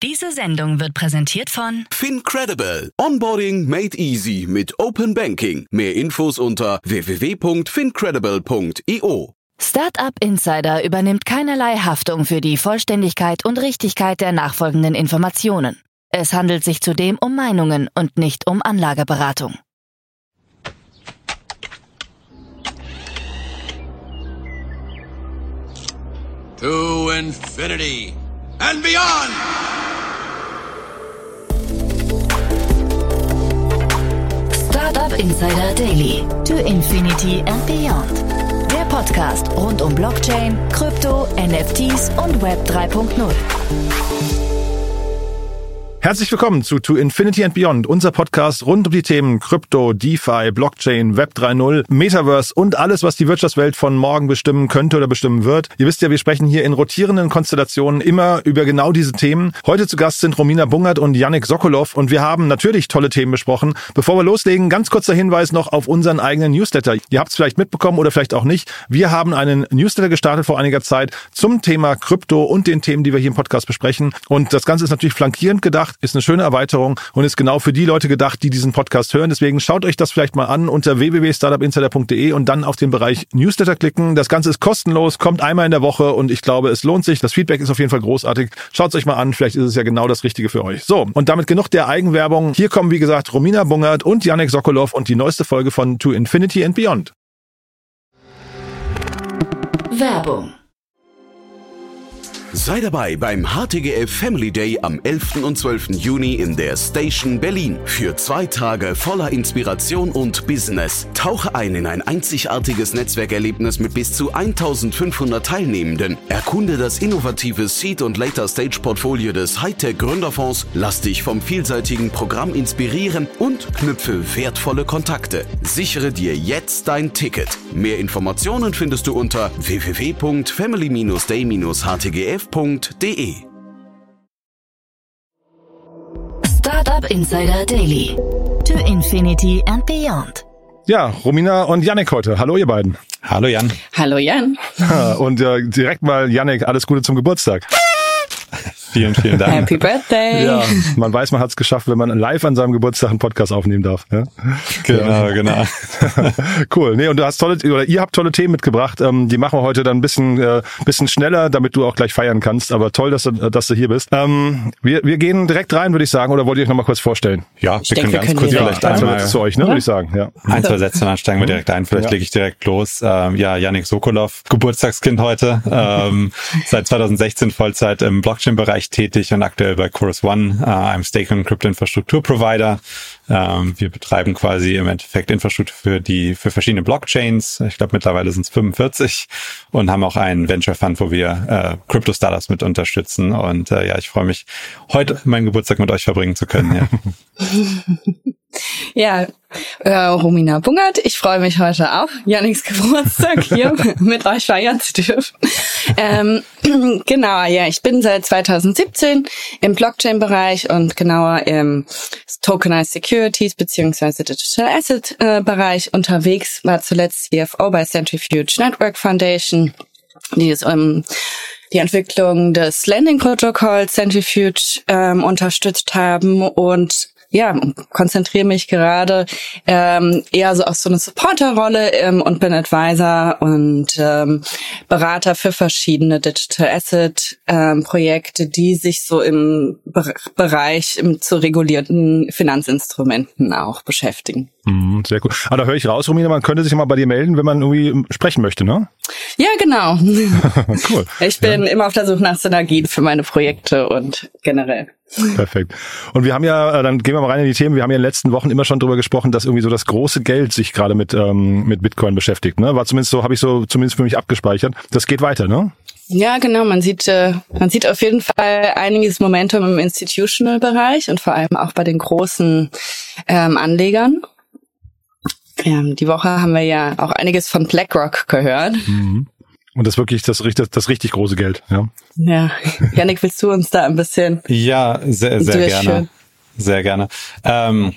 Diese Sendung wird präsentiert von FinCredible. Onboarding made easy mit Open Banking. Mehr Infos unter www.fincredible.io. Startup Insider übernimmt keinerlei Haftung für die Vollständigkeit und Richtigkeit der nachfolgenden Informationen. Es handelt sich zudem um Meinungen und nicht um Anlageberatung. To infinity and beyond! Startup Insider Daily. To Infinity and Beyond. Der Podcast rund um Blockchain, Krypto, NFTs und Web 3.0. Herzlich willkommen zu To Infinity and Beyond, unser Podcast rund um die Themen Krypto, DeFi, Blockchain, Web 3.0, Metaverse und alles, was die Wirtschaftswelt von morgen bestimmen könnte oder bestimmen wird. Ihr wisst ja, wir sprechen hier in rotierenden Konstellationen immer über genau diese Themen. Heute zu Gast sind Romina Bungert und Yannick Sokolow und wir haben natürlich tolle Themen besprochen. Bevor wir loslegen, ganz kurzer Hinweis noch auf unseren eigenen Newsletter. Ihr habt es vielleicht mitbekommen oder vielleicht auch nicht. Wir haben einen Newsletter gestartet vor einiger Zeit zum Thema Krypto und den Themen, die wir hier im Podcast besprechen. Und das Ganze ist natürlich flankierend gedacht, ist eine schöne Erweiterung und ist genau für die Leute gedacht, die diesen Podcast hören. Deswegen schaut euch das vielleicht mal an unter www.startupinsider.de und dann auf den Bereich Newsletter klicken. Das Ganze ist kostenlos, kommt einmal in der Woche und ich glaube, es lohnt sich. Das Feedback ist auf jeden Fall großartig. Schaut es euch mal an, vielleicht ist es ja genau das Richtige für euch. So, und damit genug der Eigenwerbung. Hier kommen, wie gesagt, Romina Bungert und Yannick Sokolow und die neueste Folge von To Infinity and Beyond. Werbung. Sei dabei beim HTGF Family Day am 11. und 12. Juni in der Station Berlin. Für 2 Tage voller Inspiration und Business. Tauche ein in ein einzigartiges Netzwerkerlebnis mit bis zu 1500 Teilnehmenden. Erkunde das innovative Seed- und Later-Stage-Portfolio des Hightech-Gründerfonds. Lass dich vom vielseitigen Programm inspirieren und knüpfe wertvolle Kontakte. Sichere dir jetzt dein Ticket. Mehr Informationen findest du unter www.family-day-htgf.de. Startup Insider Daily. To Infinity and Beyond. Ja, Romina und Yannick heute. Hallo ihr beiden. Hallo Jan. Hallo Jan. Und direkt mal, Yannick, alles Gute zum Geburtstag. Vielen, vielen Dank. Happy Birthday. Ja, man weiß, man hat es geschafft, wenn man live an seinem Geburtstag einen Podcast aufnehmen darf. Ja? Genau. Cool. Nee, und ihr habt tolle Themen mitgebracht. Die machen wir heute dann ein bisschen schneller, damit du auch gleich feiern kannst. Aber toll, dass du hier bist. Wir gehen direkt rein, würde ich sagen. Oder wollt ihr euch noch mal kurz vorstellen? Ja, wir können ganz kurz vielleicht ein, 2 Sätze zu euch, ne, würde ich sagen. Ja. 1, 2 Sätze, dann steigen wir direkt ein. Vielleicht lege ich direkt los. Yannick Sokolow, Geburtstagskind heute. Seit 2016 Vollzeit im Blockchain-Bereich tätig und aktuell bei Chorus One, einem Stake- und Crypto-Infrastruktur-Provider. Wir betreiben quasi im Endeffekt Infrastruktur für verschiedene Blockchains. Ich glaube, mittlerweile sind es 45 und haben auch einen Venture-Fund, wo wir Crypto-Startups mit unterstützen. Und ich freue mich, heute meinen Geburtstag mit euch verbringen zu können. Ja. Romina Bungert, ich freue mich heute auch, Yannicks Geburtstag hier mit euch feiern zu dürfen. Ich bin seit 2017 im Blockchain-Bereich und genauer im Tokenized Securities bzw. Digital Asset Bereich unterwegs, war zuletzt CFO bei Centrifuge Network Foundation, die ist die Entwicklung des Lending-Protokolls Centrifuge unterstützt haben und konzentriere mich gerade eher so auf so eine Supporter-Rolle und bin Advisor und Berater für verschiedene Digital Asset Projekte, die sich so im Bereich zu regulierten Finanzinstrumenten auch beschäftigen. Sehr cool. Aber da höre ich raus, Romina, man könnte sich mal bei dir melden, wenn man irgendwie sprechen möchte, ne? Ja, genau. Cool. Ich bin immer auf der Suche nach Synergien für meine Projekte und generell. Perfekt. Und wir haben ja, dann gehen wir mal rein in die Themen, wir haben ja in den letzten Wochen immer schon drüber gesprochen, dass irgendwie so das große Geld sich gerade mit Bitcoin beschäftigt, ne? War zumindest so, habe ich so zumindest für mich abgespeichert. Das geht weiter, ne? Ja, genau. Man sieht auf jeden Fall einiges Momentum im Institutional-Bereich und vor allem auch bei den großen Anlegern. Die Woche haben wir ja auch einiges von BlackRock gehört. Mhm. Und das wirklich das richtig große Geld, ja. Ja, Yannick, willst du uns da ein bisschen sehr gerne. Sehr gerne.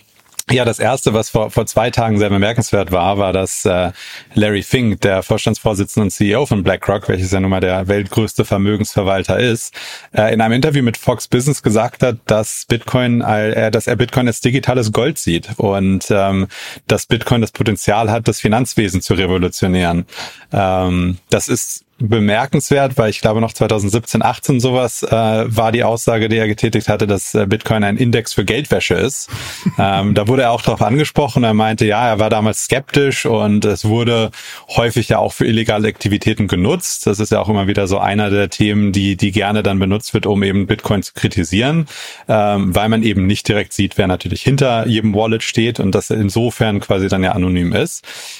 Ja, das erste, was vor 2 Tagen sehr bemerkenswert war, dass Larry Fink, der Vorstandsvorsitzende und CEO von BlackRock, welches ja nun mal der weltgrößte Vermögensverwalter ist, in einem Interview mit Fox Business gesagt hat, dass er Bitcoin als digitales Gold sieht und dass Bitcoin das Potenzial hat, das Finanzwesen zu revolutionieren. Das ist bemerkenswert, weil ich glaube noch 2017, 18 sowas war die Aussage, die er getätigt hatte, dass Bitcoin ein Index für Geldwäsche ist. Da wurde er auch darauf angesprochen. Er meinte, ja, er war damals skeptisch und es wurde häufig ja auch für illegale Aktivitäten genutzt. Das ist ja auch immer wieder so einer der Themen, die gerne dann benutzt wird, um eben Bitcoin zu kritisieren, weil man eben nicht direkt sieht, wer natürlich hinter jedem Wallet steht und das insofern quasi dann ja anonym ist.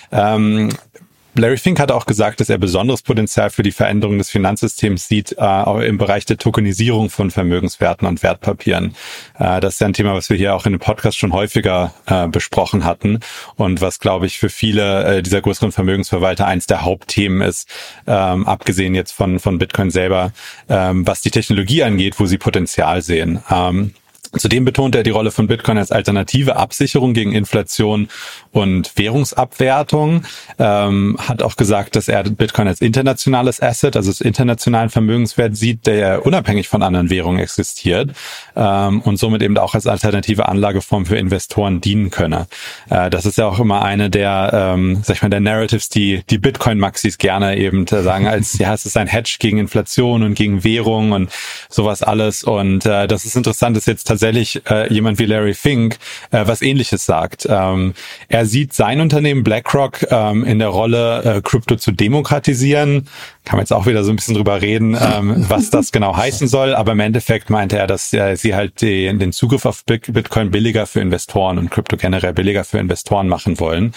Larry Fink hat auch gesagt, dass er besonderes Potenzial für die Veränderung des Finanzsystems sieht, auch im Bereich der Tokenisierung von Vermögenswerten und Wertpapieren. Das ist ja ein Thema, was wir hier auch in dem Podcast schon häufiger besprochen hatten und was, glaube ich, für viele dieser größeren Vermögensverwalter eins der Hauptthemen ist, abgesehen jetzt von Bitcoin selber, was die Technologie angeht, wo sie Potenzial sehen. Zudem betont er die Rolle von Bitcoin als alternative Absicherung gegen Inflation und Währungsabwertung. Hat auch gesagt, dass er Bitcoin als internationales Asset, also als internationalen Vermögenswert sieht, der unabhängig von anderen Währungen existiert und somit eben auch als alternative Anlageform für Investoren dienen könne. Das ist ja auch immer eine der, der Narratives, die Bitcoin-Maxis gerne eben sagen, als ja, es ist ein Hedge gegen Inflation und gegen Währung und sowas alles. Und das ist interessant, dass jetzt tatsächlich jemand wie Larry Fink was Ähnliches sagt. Er sieht sein Unternehmen BlackRock in der Rolle, Krypto zu demokratisieren. Kann man jetzt auch wieder so ein bisschen drüber reden, was das genau heißen soll. Aber im Endeffekt meinte er, dass sie halt den Zugriff auf Bitcoin billiger für Investoren und Krypto generell billiger für Investoren machen wollen.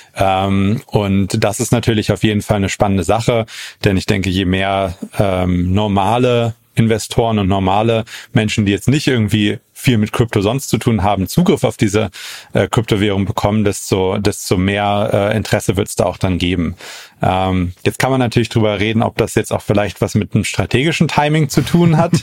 Und das ist natürlich auf jeden Fall eine spannende Sache, denn ich denke, je mehr normale Investoren und normale Menschen, die jetzt nicht irgendwie viel mit Krypto sonst zu tun haben, Zugriff auf diese Kryptowährung bekommen, desto mehr Interesse wird es da auch dann geben. Jetzt kann man natürlich drüber reden, ob das jetzt auch vielleicht was mit einem strategischen Timing zu tun hat,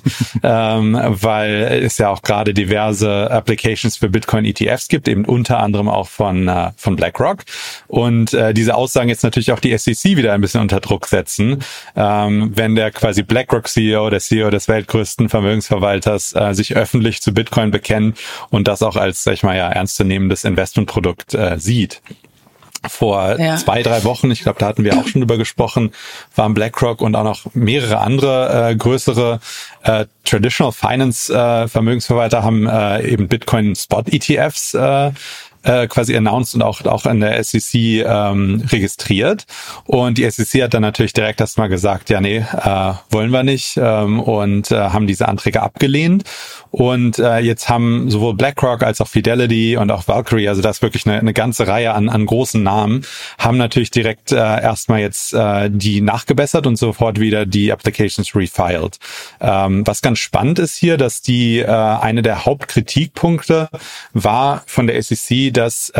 weil es ja auch gerade diverse Applications für Bitcoin-ETFs gibt, eben unter anderem auch von BlackRock. Und diese Aussagen jetzt natürlich auch die SEC wieder ein bisschen unter Druck setzen, wenn der quasi BlackRock-CEO, der CEO des weltgrößten Vermögensverwalters, sich öffentlich zu Bitcoin bekennt und das auch als, ernstzunehmendes Investmentprodukt sieht. Vor 2-3 Wochen, ich glaube, da hatten wir auch schon drüber gesprochen, waren BlackRock und auch noch mehrere andere größere Traditional Finance Vermögensverwalter haben eben Bitcoin Spot ETFs quasi announced und auch in der SEC registriert. Und die SEC hat dann natürlich direkt erstmal gesagt, ja, nee, wollen wir nicht, und haben diese Anträge abgelehnt. Und jetzt haben sowohl BlackRock als auch Fidelity und auch Valkyrie, also das ist wirklich eine ganze Reihe an großen Namen, haben natürlich direkt erstmal jetzt die nachgebessert und sofort wieder die Applications refiled. Was ganz spannend ist hier, dass eine der Hauptkritikpunkte war von der SEC, dass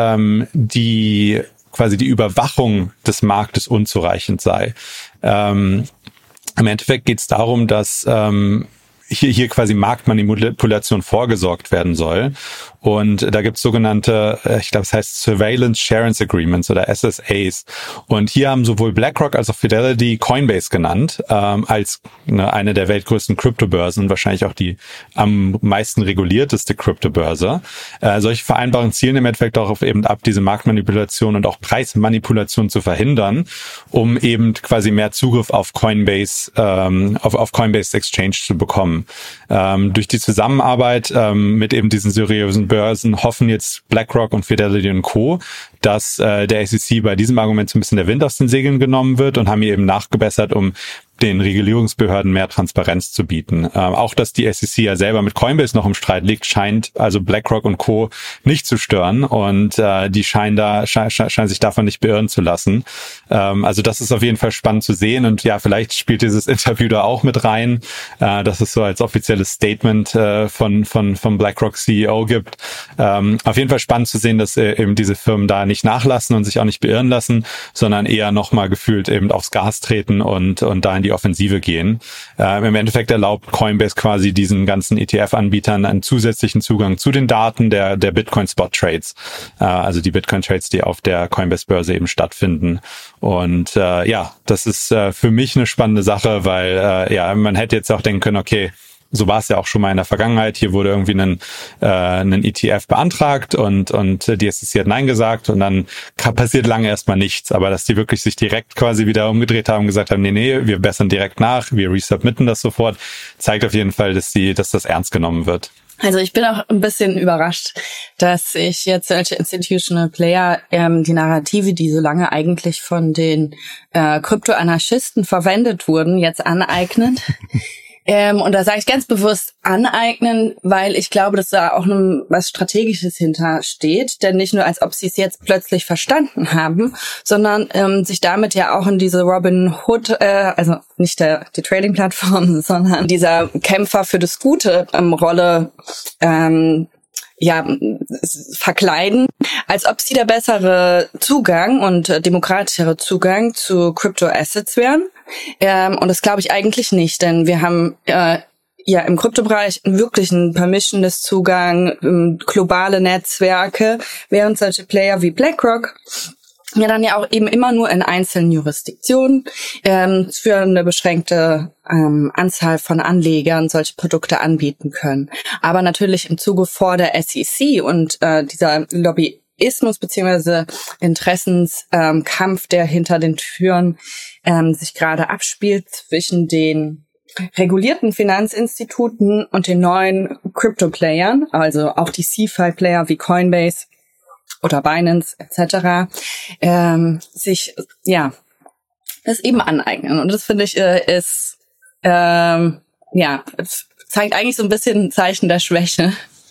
die Überwachung des Marktes unzureichend sei. Im Endeffekt geht es darum, dass hier quasi Marktmanipulation vorgesorgt werden soll. Und da gibt es sogenannte, ich glaube, es heißt Surveillance Sharing Agreements oder SSAs. Und hier haben sowohl BlackRock als auch Fidelity Coinbase genannt, als eine der weltgrößten Kryptobörsen und wahrscheinlich auch die am meisten regulierteste Kryptobörse. Solche Vereinbarungen zielen im Endeffekt auch eben ab, diese Marktmanipulation und auch Preismanipulation zu verhindern, um eben quasi mehr Zugriff auf Coinbase, auf Coinbase Exchange zu bekommen. Durch die Zusammenarbeit mit eben diesen seriösen Börsen hoffen jetzt BlackRock und Fidelity und Co., dass der SEC bei diesem Argument so ein bisschen der Wind aus den Segeln genommen wird und haben hier eben nachgebessert, um den Regulierungsbehörden mehr Transparenz zu bieten. Auch, dass die SEC ja selber mit Coinbase noch im Streit liegt, scheint also BlackRock und Co. nicht zu stören und die scheinen sich davon nicht beirren zu lassen. Also das ist auf jeden Fall spannend zu sehen und ja, vielleicht spielt dieses Interview da auch mit rein, dass es so als offizielles Statement von BlackRock CEO gibt. Auf jeden Fall spannend zu sehen, dass eben diese Firmen da nicht nachlassen und sich auch nicht beirren lassen, sondern eher nochmal gefühlt eben aufs Gas treten und da in die Offensive gehen. Im Endeffekt erlaubt Coinbase quasi diesen ganzen ETF-Anbietern einen zusätzlichen Zugang zu den Daten der Bitcoin-Spot-Trades, also die Bitcoin-Trades, die auf der Coinbase-Börse eben stattfinden. Und das ist für mich eine spannende Sache, weil man hätte jetzt auch denken können, okay, so war es ja auch schon mal in der Vergangenheit. Hier wurde irgendwie ein ETF beantragt und die SEC hat Nein gesagt und dann passiert lange erstmal nichts. Aber dass die wirklich sich direkt quasi wieder umgedreht haben und gesagt haben, nee, wir bessern direkt nach, wir resubmitten das sofort, zeigt auf jeden Fall, dass das ernst genommen wird. Also ich bin auch ein bisschen überrascht, dass sich jetzt solche Institutional Player die Narrative, die so lange eigentlich von den Kryptoanarchisten verwendet wurden, jetzt aneignen. Und da sage ich ganz bewusst aneignen, weil ich glaube, dass da auch was Strategisches hintersteht. Denn nicht nur, als ob sie es jetzt plötzlich verstanden haben, sondern sich damit ja auch in diese Robinhood, also nicht die Trading-Plattform, sondern dieser Kämpfer für das Gute Rolle verkleiden, als ob sie der bessere Zugang und demokratischere Zugang zu Crypto-Assets wären. Und das glaube ich eigentlich nicht, denn wir haben im Kryptobereich wirklich einen permissionless Zugang, globale Netzwerke, während solche Player wie BlackRock ja dann ja auch eben immer nur in einzelnen Jurisdiktionen für eine beschränkte Anzahl von Anlegern solche Produkte anbieten können. Aber natürlich im Zuge vor der SEC und dieser Lobbyismus bzw. Interessenskampf, der hinter den Türen sich gerade abspielt zwischen den regulierten Finanzinstituten und den neuen Crypto-Playern, also auch die CeFi-Player wie Coinbase oder Binance etc., sich das eben aneignen. Und das finde ich zeigt eigentlich so ein bisschen ein Zeichen der Schwäche.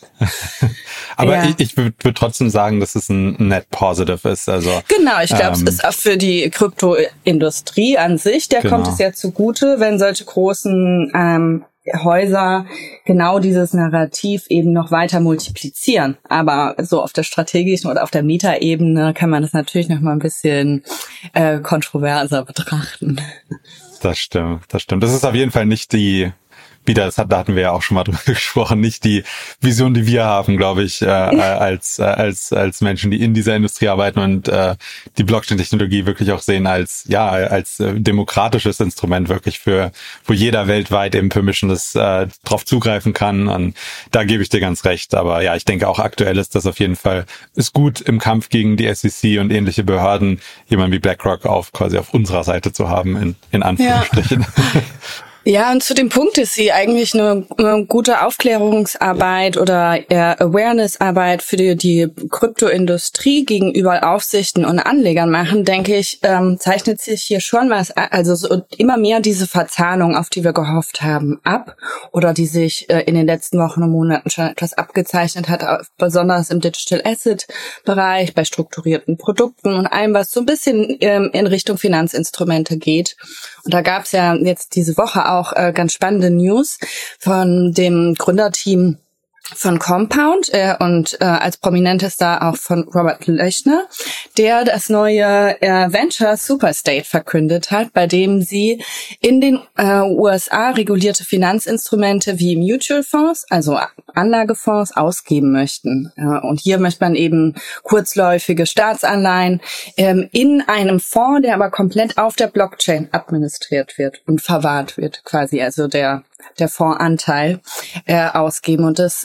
Aber ich würde trotzdem sagen, dass es ein Net Positive ist. Also genau, ich glaube, es ist auch für die Kryptoindustrie an sich, kommt es ja zugute, wenn solche großen Häuser genau dieses Narrativ eben noch weiter multiplizieren. Aber so auf der strategischen oder auf der Meta-Ebene kann man das natürlich noch mal ein bisschen kontroverser betrachten. Das stimmt. Das ist auf jeden Fall nicht da hatten wir ja auch schon mal drüber gesprochen, nicht die Vision, die wir haben, glaube ich, als Menschen, die in dieser Industrie arbeiten und die Blockchain-Technologie wirklich auch sehen als demokratisches Instrument wirklich wo jeder weltweit eben permissionless drauf zugreifen kann. Und da gebe ich dir ganz recht. Aber ja, ich denke auch aktuell ist das auf jeden Fall gut im Kampf gegen die SEC und ähnliche Behörden, jemand wie BlackRock quasi auf unserer Seite zu haben, in Anführungsstrichen. Ja. Ja, und zu dem Punkt, dass sie eigentlich eine gute Aufklärungsarbeit oder Awareness-Arbeit für die Kryptoindustrie gegenüber Aufsichten und Anlegern machen, denke ich, zeichnet sich hier schon was, also so immer mehr diese Verzahnung, auf die wir gehofft haben, ab oder die sich in den letzten Wochen und Monaten schon etwas abgezeichnet hat, besonders im Digital Asset-Bereich, bei strukturierten Produkten und allem, was so ein bisschen in Richtung Finanzinstrumente geht. Und da gab es ja jetzt diese Woche auch ganz spannende News von dem Gründerteam von Compound und als prominentester auch von Robert Löchner, der das neue Venture Superstate verkündet hat, bei dem sie in den USA regulierte Finanzinstrumente wie Mutual Funds, also Anlagefonds, ausgeben möchten. Und hier möchte man eben kurzläufige Staatsanleihen in einem Fonds, der aber komplett auf der Blockchain administriert wird und verwahrt wird, quasi, also der Fondsanteil ausgeben. Und das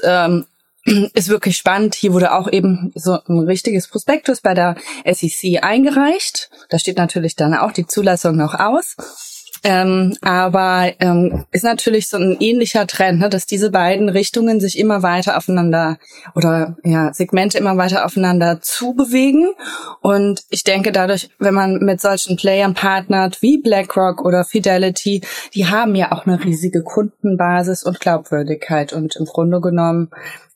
ist wirklich spannend. Hier wurde auch eben so ein richtiges Prospektus bei der SEC eingereicht. Da steht natürlich dann auch die Zulassung noch aus. Aber ist natürlich so ein ähnlicher Trend, ne, dass diese beiden Richtungen sich immer weiter aufeinander oder Segmente immer weiter aufeinander zubewegen. Und ich denke dadurch, wenn man mit solchen Playern partnert wie BlackRock oder Fidelity, die haben ja auch eine riesige Kundenbasis und Glaubwürdigkeit. Und im Grunde genommen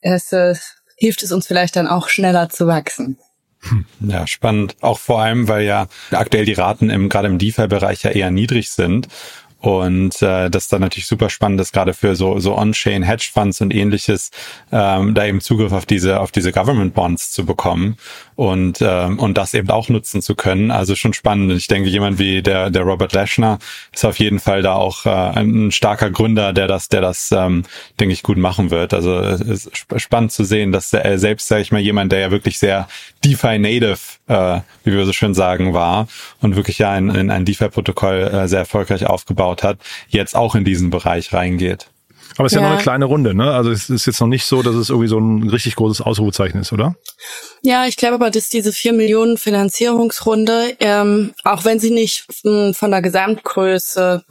hilft es uns vielleicht dann auch schneller zu wachsen. Ja, spannend. Auch vor allem, weil ja aktuell die Raten gerade im DeFi-Bereich ja eher niedrig sind Und das ist dann natürlich super spannend, das gerade für so On-Chain Hedgefonds und ähnliches da eben Zugriff auf diese Government Bonds zu bekommen und das eben auch nutzen zu können. Also schon spannend. Und ich denke, jemand wie der Robert Leshner ist auf jeden Fall da auch ein starker Gründer, der das denke ich, gut machen wird. Also es ist spannend zu sehen, dass er selbst, sage ich mal, jemand, der ja wirklich sehr DeFi-native, wie wir so schön sagen, war und wirklich ja ein DeFi-Protokoll sehr erfolgreich aufgebaut hat, jetzt auch in diesen Bereich reingeht. Aber es ist ja noch eine kleine Runde, ne? Also es ist jetzt noch nicht so, dass es irgendwie so ein richtig großes Ausrufezeichen ist, oder? Ja, ich glaube aber, dass diese 4 Millionen Finanzierungsrunde, auch wenn sie nicht von der Gesamtgröße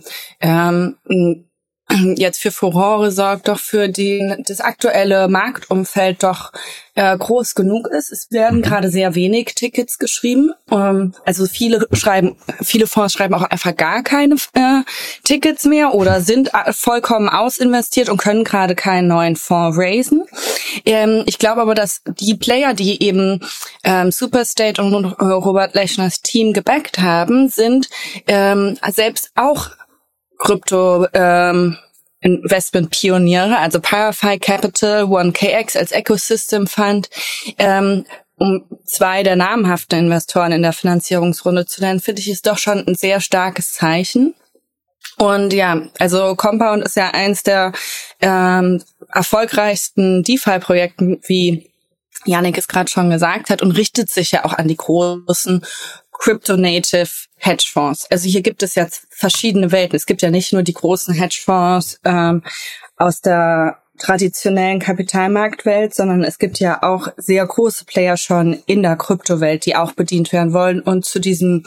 jetzt für Furore sorgt, doch für das aktuelle Marktumfeld doch groß genug ist. Es werden gerade sehr wenig Tickets geschrieben. Also viele Fonds schreiben auch einfach gar keine Tickets mehr oder sind vollkommen ausinvestiert und können gerade keinen neuen Fonds raisen. Ich glaube aber, dass die Player, die eben Superstate und Robert Lechners Team gebackt haben, sind selbst auch Krypto Investment-Pioniere, also Parafy Capital, 1KX als Ecosystem Fund, um 2 der namhaften Investoren in der Finanzierungsrunde zu nennen, finde ich, ist doch schon ein sehr starkes Zeichen. Und ja, also Compound ist ja eins der erfolgreichsten DeFi-Projekten, wie Yannick es gerade schon gesagt hat, und richtet sich ja auch an die großen Crypto-Native Hedgefonds. Also hier gibt es ja verschiedene Welten. Es gibt ja nicht nur die großen Hedgefonds aus der traditionellen Kapitalmarktwelt, sondern es gibt ja auch sehr große Player schon in der Kryptowelt, die auch bedient werden wollen und zu diesem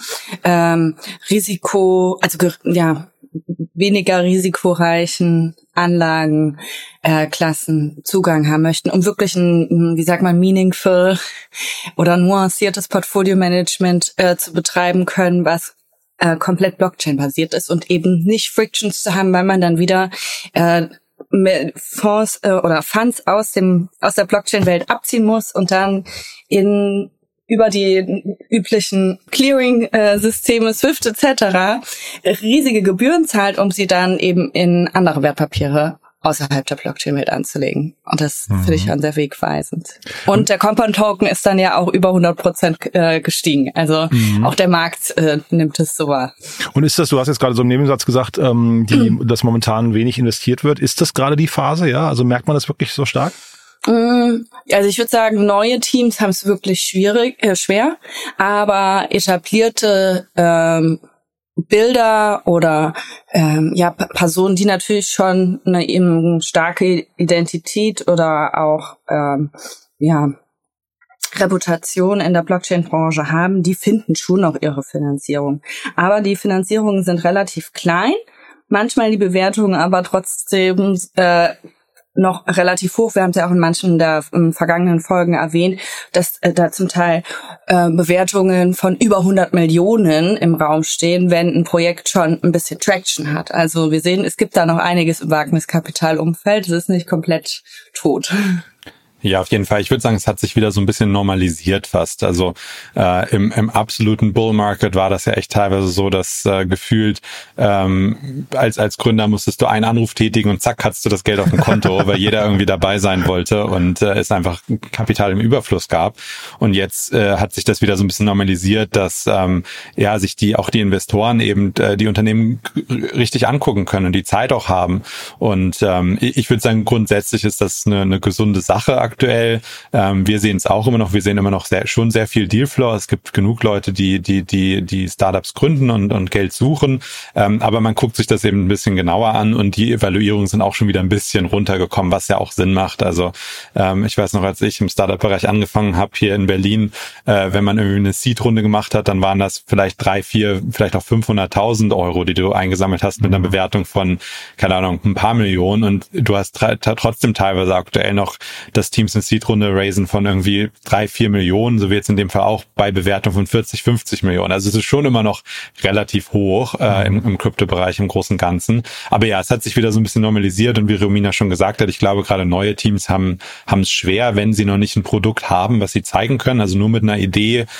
weniger risikoreichen Anlagenklassen Zugang haben möchten, um wirklich ein, meaningful oder nuanciertes Portfolio-Management zu betreiben können, was komplett Blockchain-basiert ist und eben nicht Frictions zu haben, weil man dann wieder Fonds oder Funds aus der Blockchain-Welt abziehen muss und dann über die üblichen Clearing-Systeme, SWIFT etc. riesige Gebühren zahlt, um sie dann eben in andere Wertpapiere außerhalb der Blockchain-Welt anzulegen. Und das finde ich schon sehr wegweisend. Und der Compound-Token ist dann ja auch über 100% gestiegen. Also auch der Markt nimmt es so wahr. Und ist das, du hast jetzt gerade so im Nebensatz gesagt, dass momentan wenig investiert wird. Ist das gerade die Phase, ja? Also merkt man das wirklich so stark? Also ich würde sagen, neue Teams haben es wirklich schwer, aber etablierte Bilder oder Personen, die natürlich schon eine eben starke Identität oder auch Reputation in der Blockchain-Branche haben, die finden schon noch ihre Finanzierung. Aber die Finanzierungen sind relativ klein, manchmal die Bewertungen aber trotzdem noch relativ hoch. Wir haben es ja auch in manchen der vergangenen Folgen erwähnt, dass da zum Teil Bewertungen von über 100 Millionen im Raum stehen, wenn ein Projekt schon ein bisschen Traction hat. Also wir sehen, es gibt da noch einiges im Wagniskapitalumfeld. Es ist nicht komplett tot. Ja, auf jeden Fall. Ich würde sagen, es hat sich wieder so ein bisschen normalisiert fast. Also im absoluten Bull Market war das ja echt teilweise so, dass gefühlt als Gründer musstest du einen Anruf tätigen und zack, hattest du das Geld auf dem Konto, weil jeder irgendwie dabei sein wollte und es einfach Kapital im Überfluss gab. Und jetzt hat sich das wieder so ein bisschen normalisiert, dass sich die Investoren eben die Unternehmen richtig angucken können und die Zeit auch haben. Und ich würde sagen, grundsätzlich ist das eine gesunde Sache aktuell. Wir sehen es auch immer noch, wir sehen immer noch schon sehr viel Dealflow. Es gibt genug Leute, die Startups gründen und Geld suchen. Aber man guckt sich das eben ein bisschen genauer an und die Evaluierungen sind auch schon wieder ein bisschen runtergekommen, was ja auch Sinn macht. Also ich weiß noch, als ich im Startup-Bereich angefangen habe hier in Berlin, wenn man irgendwie eine Seed-Runde gemacht hat, dann waren das vielleicht 3, 4, vielleicht auch 500.000 €, die du eingesammelt hast mit einer Bewertung von, keine Ahnung, ein paar Millionen und du hast trotzdem teilweise aktuell noch das Teams eine Seed-Runde raisen von irgendwie 3, 4 Millionen, so wie jetzt in dem Fall auch bei Bewertung von 40, 50 Millionen. Also es ist schon immer noch relativ hoch im Krypto-Bereich im Großen und Ganzen. Aber ja, es hat sich wieder so ein bisschen normalisiert und wie Romina schon gesagt hat, ich glaube gerade neue Teams haben es schwer, wenn sie noch nicht ein Produkt haben, was sie zeigen können. Also nur mit einer Idee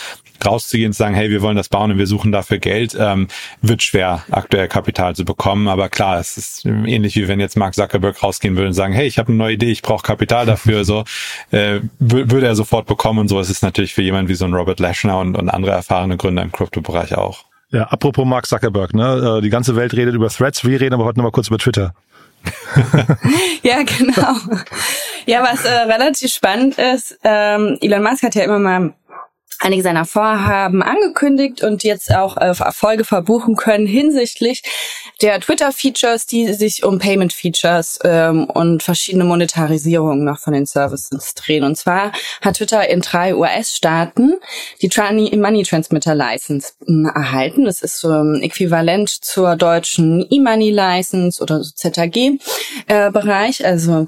rauszugehen und zu sagen, hey, wir wollen das bauen und wir suchen dafür Geld, wird schwer, aktuell Kapital zu bekommen. Aber klar, es ist ähnlich wie wenn jetzt Mark Zuckerberg rausgehen würde und sagen, hey, ich habe eine neue Idee, ich brauche Kapital dafür, so würde er sofort bekommen. Und so ist es natürlich für jemanden wie so ein Robert Leshner und andere erfahrene Gründer im Kryptobereich auch. Ja, apropos Mark Zuckerberg, ne? Die ganze Welt redet über Threads, wir reden aber heute noch mal kurz über Twitter. Ja, genau. Ja, was relativ spannend ist, Elon Musk hat ja immer mal einige seiner Vorhaben angekündigt und jetzt auch Erfolge verbuchen können hinsichtlich der Twitter-Features, die sich um Payment-Features und verschiedene Monetarisierungen noch von den Services drehen. Und zwar hat Twitter in 3 US-Staaten die Money Transmitter License erhalten. Das ist so äquivalent zur deutschen E-Money License oder so ZAG-Bereich. Also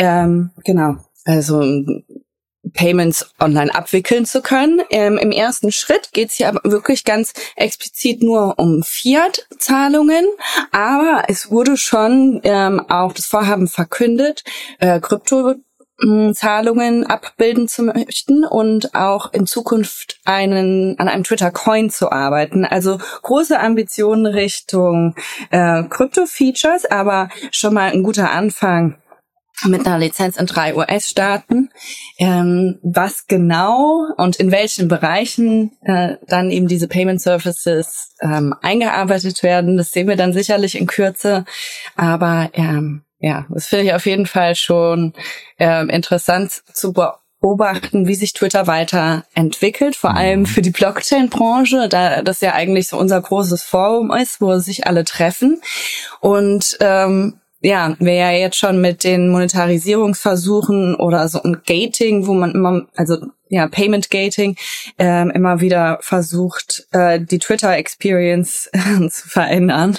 Payments online abwickeln zu können. Im ersten Schritt geht es hier aber wirklich ganz explizit nur um Fiat-Zahlungen, aber es wurde schon auch das Vorhaben verkündet, Kryptozahlungen abbilden zu möchten und auch in Zukunft an einem Twitter-Coin zu arbeiten. Also große Ambitionen Richtung Krypto-Features, aber schon mal ein guter Anfang mit einer Lizenz in 3 US-Staaten. Was genau und in welchen Bereichen dann eben diese Payment Services eingearbeitet werden, das sehen wir dann sicherlich in Kürze. Aber das finde ich auf jeden Fall schon interessant zu beobachten, wie sich Twitter weiterentwickelt, vor allem für die Blockchain-Branche, da das ja eigentlich so unser großes Forum ist, wo sich alle treffen. Und wir ja jetzt schon mit den Monetarisierungsversuchen oder so ein Gating, wo man immer, Payment Gating, immer wieder versucht, die Twitter-Experience zu verändern.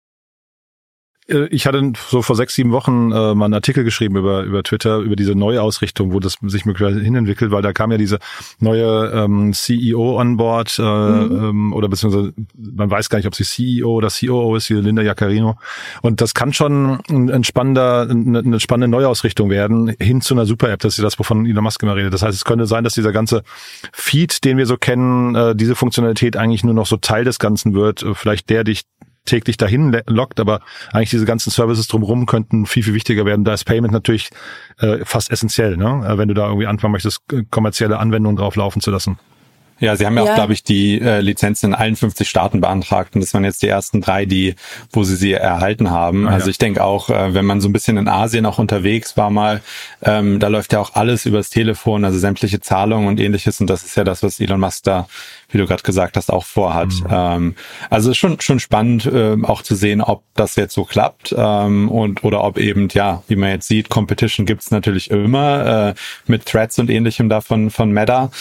Ich hatte so vor 6-7 Wochen mal einen Artikel geschrieben über Twitter, über diese Neuausrichtung, wo das sich möglicherweise hinentwickelt, weil da kam ja diese neue CEO on board, oder beziehungsweise man weiß gar nicht, ob sie CEO oder COO ist, hier Linda Yaccarino. Und das kann schon eine spannende Neuausrichtung werden, hin zu einer Super-App. Das ist das, wovon Elon Musk immer redet. Das heißt, es könnte sein, dass dieser ganze Feed, den wir so kennen, diese Funktionalität eigentlich nur noch so Teil des Ganzen wird. Vielleicht der dich täglich dahin lockt, aber eigentlich diese ganzen Services drumherum könnten viel, viel wichtiger werden. Da ist Payment natürlich fast essentiell, ne? Wenn du da irgendwie anfangen möchtest, kommerzielle Anwendungen drauf laufen zu lassen. Ja, sie haben ja auch, glaube ich, die Lizenzen in allen 50 Staaten beantragt und das waren jetzt die ersten 3, wo sie erhalten haben. Also ich denke auch, wenn man so ein bisschen in Asien auch unterwegs war mal, da läuft ja auch alles übers Telefon, also sämtliche Zahlungen und ähnliches und das ist ja das, was Elon Musk da, wie du gerade gesagt hast, auch vorhat. Also schon spannend auch zu sehen, ob das jetzt so klappt oder ob eben, wie man jetzt sieht, Competition gibt's natürlich immer mit Threads und ähnlichem da von Meta.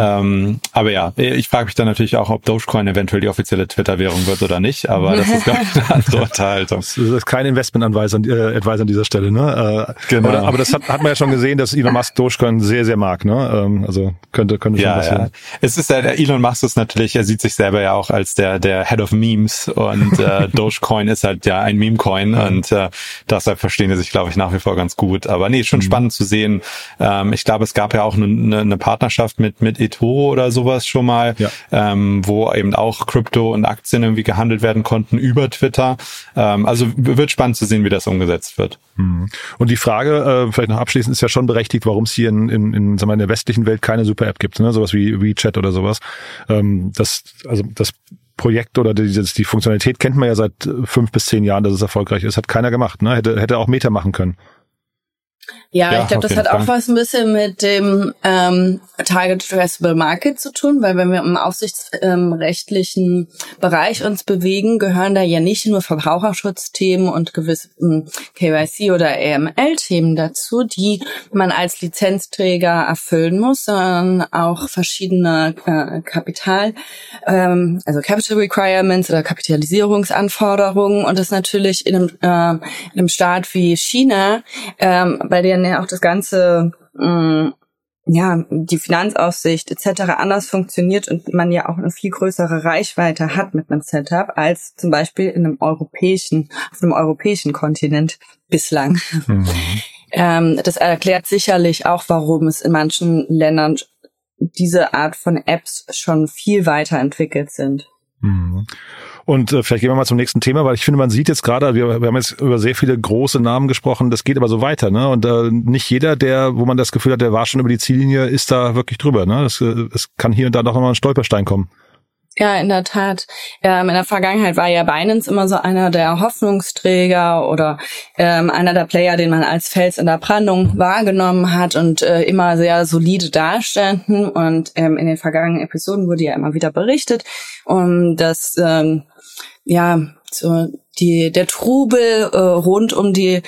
Aber ich frage mich dann natürlich auch, ob Dogecoin eventuell die offizielle Twitter-Währung wird oder nicht, aber das ist, glaube ich, eine andere Unterhaltung. Das ist kein Investment-Advisor an dieser Stelle, ne? Genau. Aber das hat man ja schon gesehen, dass Elon Musk Dogecoin sehr, sehr mag, ne? Also könnte schon passieren. Ja. Es ist Elon Musk ist natürlich, er sieht sich selber ja auch als der Head of Memes und Dogecoin ist halt ein Meme-Coin und deshalb verstehen die sich, glaube ich, nach wie vor ganz gut. Aber schon spannend zu sehen. Ich glaube, es gab ja auch eine Partnerschaft mit eToro oder sowas schon mal, wo eben auch Krypto und Aktien irgendwie gehandelt werden konnten über Twitter. Also wird spannend zu sehen, wie das umgesetzt wird. Und die Frage, vielleicht noch abschließend, ist ja schon berechtigt, warum es hier in der westlichen Welt keine Super-App gibt, ne? Sowas wie WeChat oder sowas. Das Projekt oder die Funktionalität kennt man ja seit 5 bis 10 Jahren, dass es erfolgreich ist. Hat keiner gemacht, ne? Hätte auch Meta machen können. Ja, ich glaube, das hat auch was ein bisschen mit dem Target Addressable Market zu tun, weil wenn wir im aufsichtsrechtlichen Bereich uns bewegen, gehören da ja nicht nur Verbraucherschutzthemen und gewisse KYC oder AML-Themen dazu, die man als Lizenzträger erfüllen muss, sondern auch verschiedene Capital Requirements oder Kapitalisierungsanforderungen und das natürlich in einem Staat wie China, bei denen ja auch das ganze, die Finanzaufsicht etc. anders funktioniert und man ja auch eine viel größere Reichweite hat mit einem Setup als zum Beispiel auf einem europäischen Kontinent bislang. Das erklärt sicherlich auch, warum es in manchen Ländern diese Art von Apps schon viel weiterentwickelt sind. Und vielleicht gehen wir mal zum nächsten Thema, weil ich finde, man sieht jetzt gerade, wir haben jetzt über sehr viele große Namen gesprochen, das geht aber so weiter, ne? Und nicht jeder, wo man das Gefühl hat, der war schon über die Ziellinie, ist da wirklich drüber, ne? Es kann hier und da doch nochmal ein Stolperstein kommen. Ja, in der Tat. In der Vergangenheit war ja Binance immer so einer der Hoffnungsträger oder einer der Player, den man als Fels in der Brandung wahrgenommen hat und immer sehr solide dastanden. Und in den vergangenen Episoden wurde ja immer wieder berichtet, dass der Trubel rund um die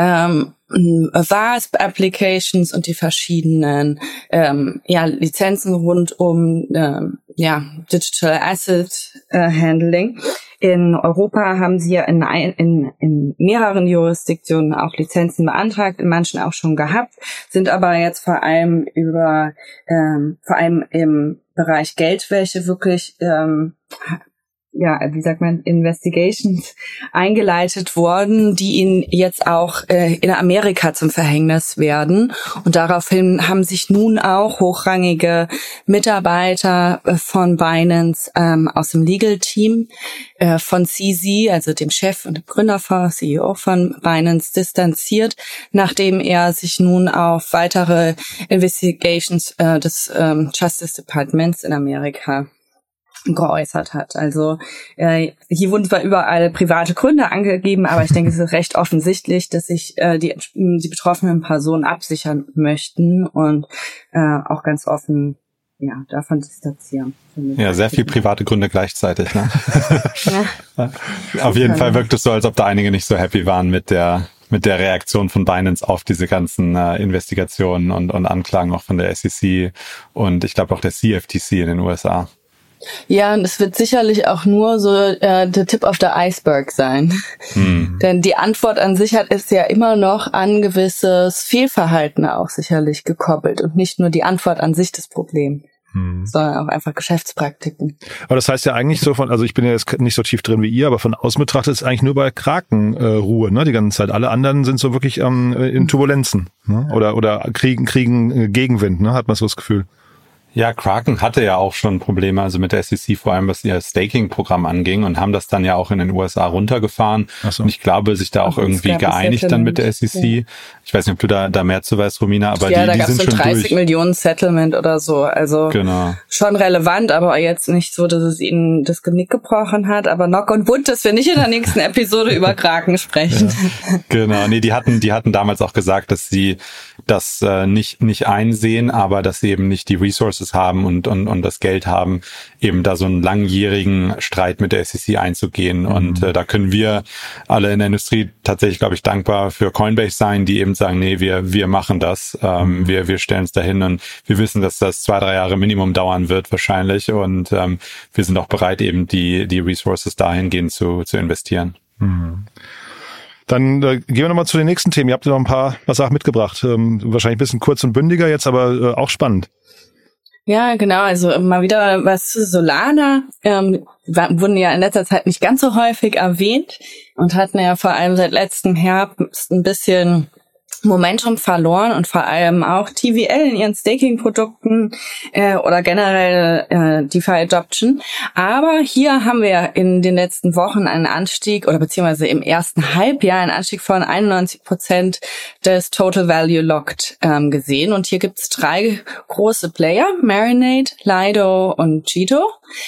VASP-Applications und die verschiedenen Lizenzen rund um Digital Asset Handling. In Europa haben sie ja in mehreren Jurisdiktionen auch Lizenzen beantragt, in manchen auch schon gehabt, sind aber jetzt vor allem im Bereich Geldwäsche wirklich Investigations eingeleitet worden, die ihnen jetzt auch in Amerika zum Verhängnis werden. Und daraufhin haben sich nun auch hochrangige Mitarbeiter von Binance aus dem Legal Team von CZ, also dem Chef und dem Gründer, CEO von Binance, distanziert, nachdem er sich nun auf weitere Investigations des Justice Departments in Amerika geäußert hat. Also hier wurden zwar überall private Gründe angegeben, aber ich denke, es ist recht offensichtlich, dass sich die betroffenen Personen absichern möchten und auch ganz offen davon distanzieren. Ja, sehr viel private Gründe gleichzeitig. Ne? Ja. Auf jeden Fall wirkt es so, als ob da einige nicht so happy waren mit der Reaktion von Binance auf diese ganzen Investigationen und Anklagen auch von der SEC und ich glaube auch der CFTC in den USA. Ja, und es wird sicherlich auch nur so der Tip of the Iceberg sein. Denn die Antwort an sich ist ja immer noch an gewisses Fehlverhalten auch sicherlich gekoppelt und nicht nur die Antwort an sich das Problem, sondern auch einfach Geschäftspraktiken. Aber das heißt ja eigentlich so also ich bin ja jetzt nicht so tief drin wie ihr, aber von außen betrachtet ist eigentlich nur bei Kraken Ruhe, ne, die ganze Zeit. Alle anderen sind so wirklich in Turbulenzen, ne? Oder kriegen Gegenwind, ne, hat man so das Gefühl. Ja, Kraken hatte ja auch schon Probleme, also mit der SEC, vor allem was ihr Staking-Programm anging und haben das dann ja auch in den USA runtergefahren. So. Und ich glaube, sich da auch irgendwie geeinigt dann mit der SEC. Ja. Ich weiß nicht, ob du da mehr zu weißt, Romina, aber ja, die sind schon durch. Ja, da gab es so 30 Millionen Settlement oder so. Also schon relevant, aber jetzt nicht so, dass es ihnen das Genick gebrochen hat. Aber knock on wood, dass wir nicht in der nächsten Episode über Kraken sprechen. Ja. Genau, nee, die hatten damals auch gesagt, dass sie das nicht einsehen, aber dass sie eben nicht die Resources haben und das Geld haben, eben da so einen langjährigen Streit mit der SEC einzugehen. Und da können wir alle in der Industrie tatsächlich, glaube ich, dankbar für Coinbase sein, die eben sagen, nee, wir machen das. Wir stellen uns dahin und wir wissen, dass das 2-3 Jahre Minimum dauern wird wahrscheinlich. Und wir sind auch bereit, eben die Resources dahingehend zu investieren. Dann gehen wir nochmal zu den nächsten Themen. Ihr habt ja noch ein paar Sachen mitgebracht. Wahrscheinlich ein bisschen kurz und bündiger jetzt, aber auch spannend. Ja, genau. Also mal wieder was zu Solana. Wurden ja in letzter Zeit nicht ganz so häufig erwähnt und hatten ja vor allem seit letztem Herbst ein bisschen Momentum verloren und vor allem auch TVL in ihren Staking-Produkten oder generell DeFi-Adoption. Aber hier haben wir in den letzten Wochen einen Anstieg oder beziehungsweise im ersten Halbjahr einen Anstieg von 91% des Total Value Locked gesehen. Und hier gibt's 3 große Player, Marinade, Lido und Jito,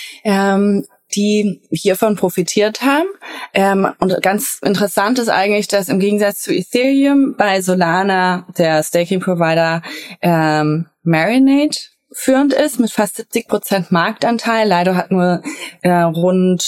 die hiervon profitiert haben. Und ganz interessant ist eigentlich, dass im Gegensatz zu Ethereum bei Solana der Staking-Provider Marinade führend ist mit fast 70% Marktanteil. Lido hat nur rund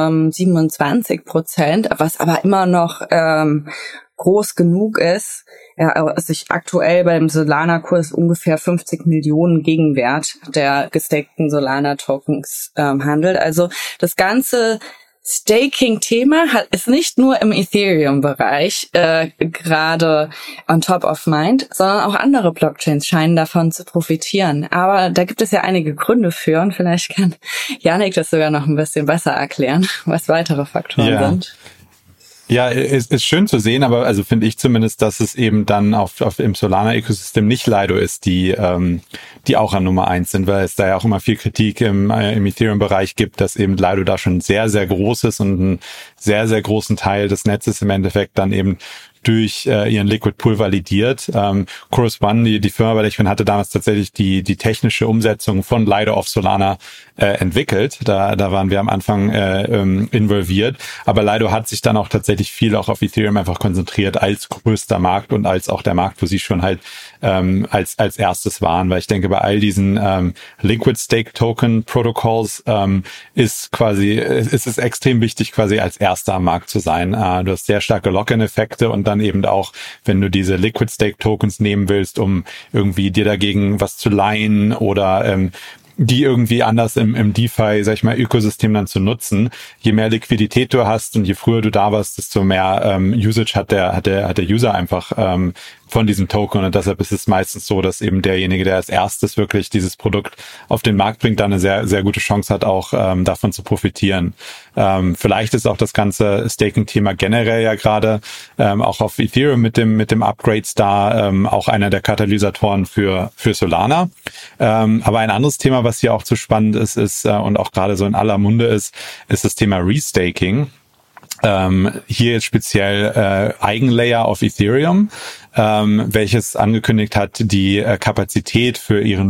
27%, was aber immer noch groß genug ist, sich aktuell beim Solana-Kurs ungefähr 50 Millionen Gegenwert der gestakten Solana-Tokens handelt. Also das ganze Staking-Thema ist nicht nur im Ethereum-Bereich gerade on top of mind, sondern auch andere Blockchains scheinen davon zu profitieren. Aber da gibt es ja einige Gründe für und vielleicht kann Yannick das sogar noch ein bisschen besser erklären, was weitere Faktoren sind. Ja, ist schön zu sehen, aber also finde ich zumindest, dass es eben dann im Solana-Ökosystem nicht Lido ist, die auch an Nummer 1 sind, weil es da ja auch immer viel Kritik im Ethereum-Bereich gibt, dass eben Lido da schon sehr, sehr groß ist und einen sehr, sehr großen Teil des Netzes im Endeffekt dann eben durch ihren Liquid Pool validiert. Chorus One, die Firma, bei der ich bin, hatte damals tatsächlich die technische Umsetzung von Lido auf Solana entwickelt. Da waren wir am Anfang involviert. Aber Lido hat sich dann auch tatsächlich viel auch auf Ethereum einfach konzentriert als größter Markt und als auch der Markt, wo sie schon halt als erstes waren. Weil ich denke, bei all diesen Liquid Stake Token Protocols ist es extrem wichtig, quasi als erster am Markt zu sein. Du hast sehr starke Lock-in-Effekte und dann eben auch, wenn du diese Liquid Stake Tokens nehmen willst, um irgendwie dir dagegen was zu leihen oder die irgendwie anders im DeFi, sag ich mal, Ökosystem dann zu nutzen. Je mehr Liquidität du hast und je früher du da warst, desto mehr Usage hat der User einfach von diesem Token, und deshalb ist es meistens so, dass eben derjenige, der als erstes wirklich dieses Produkt auf den Markt bringt, dann eine sehr, sehr gute Chance hat, auch davon zu profitieren. Vielleicht ist auch das ganze Staking-Thema generell ja gerade auch auf Ethereum mit dem Upgrades da auch einer der Katalysatoren für Solana. Aber ein anderes Thema, was hier auch zu spannend ist und auch gerade so in aller Munde ist das Thema Restaking. Hier jetzt speziell Eigenlayer auf Ethereum, welches angekündigt hat, die Kapazität für ihr